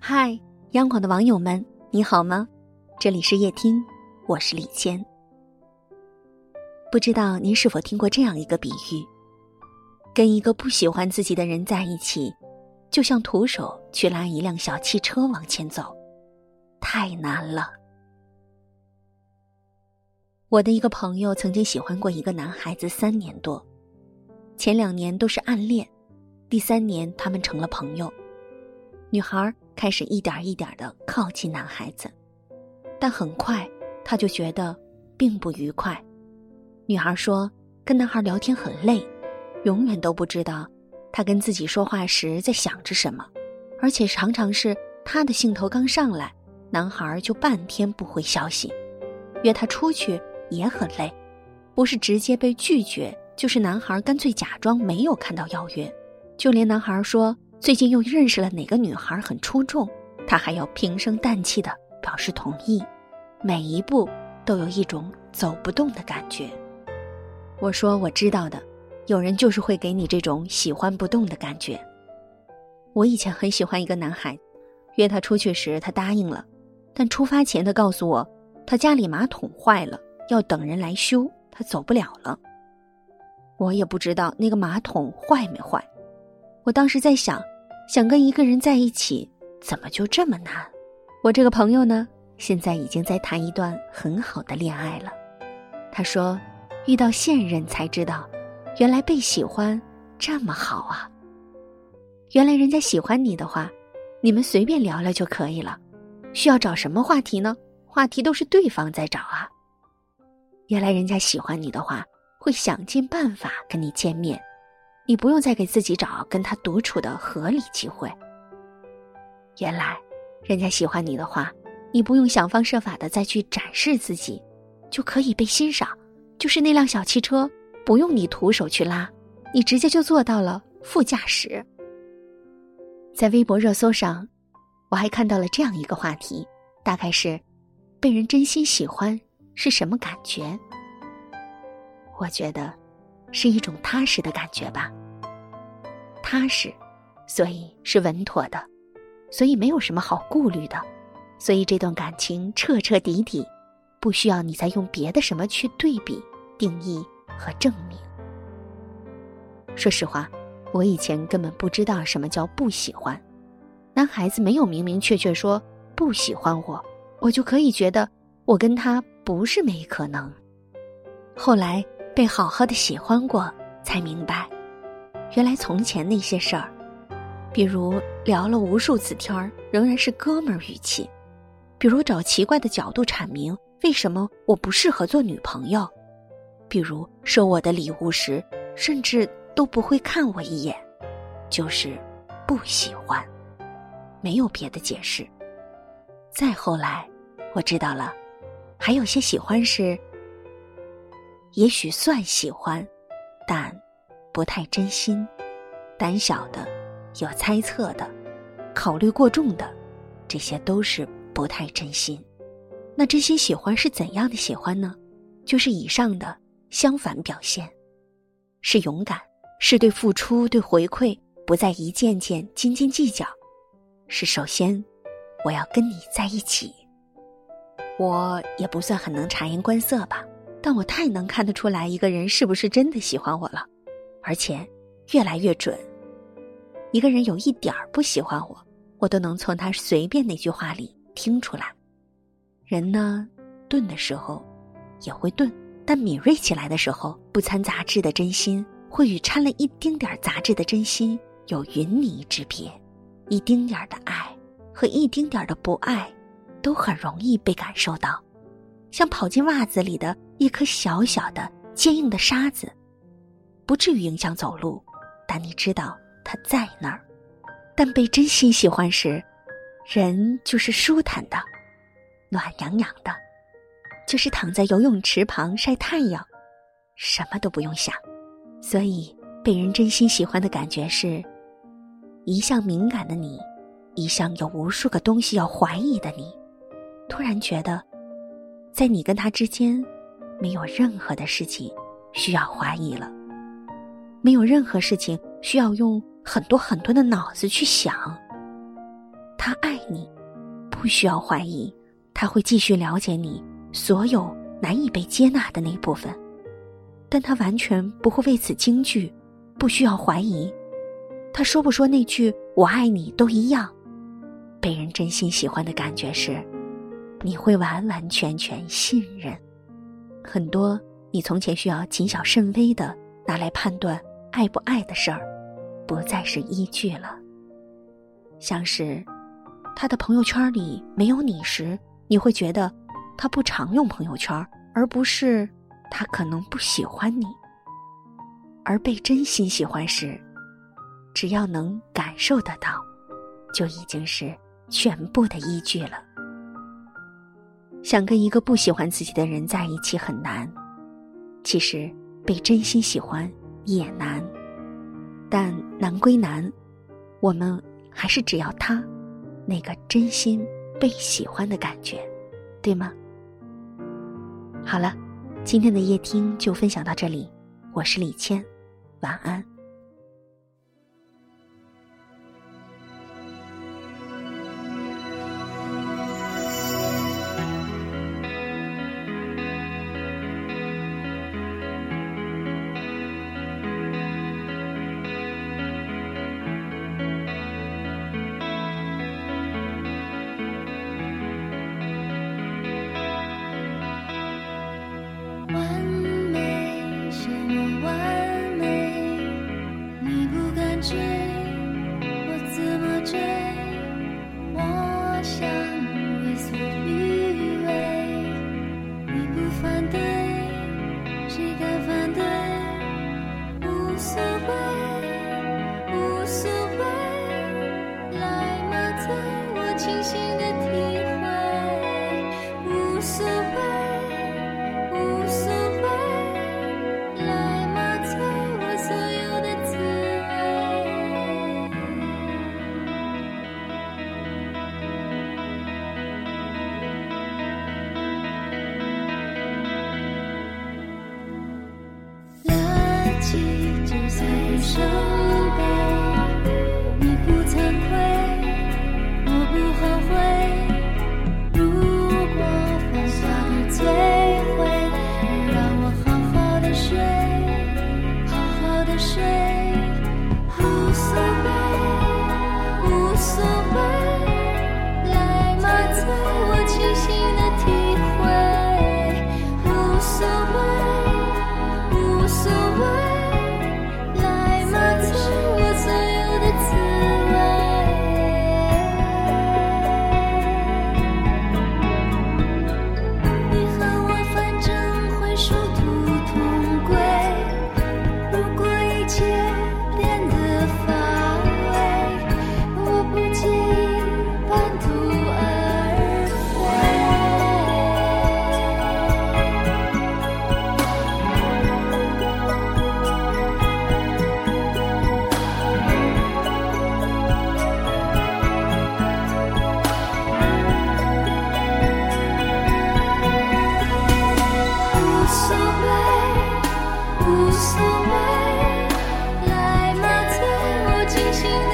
嗨，央广的网友们，你好吗？这里是夜听，我是李谦。不知道您是否听过这样一个比喻，跟一个不喜欢自己的人在一起，就像徒手去拉一辆小汽车往前走，太难了。我的一个朋友曾经喜欢过一个男孩子3年多，前2年都是暗恋，第3年他们成了朋友。女孩开始一点一点地靠近男孩子，但很快她就觉得并不愉快。女孩说跟男孩聊天很累，永远都不知道他跟自己说话时在想着什么，而且常常是他的兴头刚上来，男孩就半天不回消息。约他出去也很累，不是直接被拒绝，就是男孩干脆假装没有看到邀约。就连男孩说最近又认识了哪个女孩很出众，他还要平声淡气地表示同意，每一步都有一种走不动的感觉。我说我知道的，有人就是会给你这种喜欢不动的感觉。我以前很喜欢一个男孩，约他出去时他答应了，但出发前他告诉我他家里马桶坏了，要等人来修，他走不了了。我也不知道那个马桶坏没坏，我当时在想跟一个人在一起怎么就这么难。我这个朋友呢，现在已经在谈一段很好的恋爱了。他说遇到现任才知道，原来被喜欢这么好啊。原来人家喜欢你的话，你们随便聊聊就可以了，需要找什么话题呢？话题都是对方在找啊。原来人家喜欢你的话，会想尽办法跟你见面，你不用再给自己找跟他独处的合理机会。原来人家喜欢你的话，你不用想方设法的再去展示自己，就可以被欣赏。就是那辆小汽车不用你徒手去拉，你直接就坐到了副驾驶。在微博热搜上，我还看到了这样一个话题，大概是被人真心喜欢是什么感觉？我觉得是一种踏实的感觉吧。踏实，所以是稳妥的，所以没有什么好顾虑的，所以这段感情彻彻底底，不需要你再用别的什么去对比、定义和证明。说实话，我以前根本不知道什么叫不喜欢。男孩子没有明明确确说不喜欢我，我就可以觉得我跟他不是没可能。后来被好好的喜欢过，才明白，原来从前那些事儿，比如聊了无数次天儿，仍然是哥们儿语气；比如找奇怪的角度阐明为什么我不适合做女朋友；比如收我的礼物时，甚至都不会看我一眼，就是不喜欢，没有别的解释。再后来，我知道了，还有些喜欢是，也许算喜欢，但不太真心，胆小的，有猜测的，考虑过重的，这些都是不太真心。那真心喜欢是怎样的喜欢呢？就是以上的相反表现，是勇敢，是对付出、对回馈不再一件件斤斤计较，是首先我要跟你在一起。我也不算很能察言观色吧，但我太能看得出来一个人是不是真的喜欢我了，而且越来越准。一个人有一点儿不喜欢我，我都能从他随便那句话里听出来。人呢，钝的时候也会钝，但敏锐起来的时候，不掺杂质的真心会与掺了一丁点杂质的真心有云泥之别。一丁点的爱和一丁点的不爱都很容易被感受到，像跑进袜子里的一颗小小的坚硬的沙子，不至于影响走路，但你知道它在那儿。但被真心喜欢时，人就是舒坦的，暖洋洋的，就是躺在游泳池旁晒太阳，什么都不用想。所以被人真心喜欢的感觉是，一向敏感的你，一向有无数个东西要怀疑的你，突然觉得在你跟他之间没有任何的事情需要怀疑了，没有任何事情需要用很多很多的脑子去想。 他爱你，不需要怀疑，他会继续了解你所有难以被接纳的那部分，但他完全不会为此惊惧，不需要怀疑。他说不说那句我爱你都一样。被人真心喜欢的感觉是，你会完完全全信任。很多你从前需要谨小慎微的拿来判断爱不爱的事儿，不再是依据了。像是他的朋友圈里没有你时，你会觉得他不常用朋友圈，而不是他可能不喜欢你。而被真心喜欢时，只要能感受得到，就已经是全部的依据了。想跟一个不喜欢自己的人在一起很难，其实被真心喜欢也难，但难归难，我们还是只要他那个真心被喜欢的感觉，对吗？好了，今天的夜听就分享到这里，我是李谦，晚安。 伤悲，你不惭愧，我不后悔。如果放下的摧毁，让我好好的睡，好好的睡，无所谓，无所谓，来麻醉我清醒的体会，无所谓，无所谓。无所谓，来麻醉我清醒。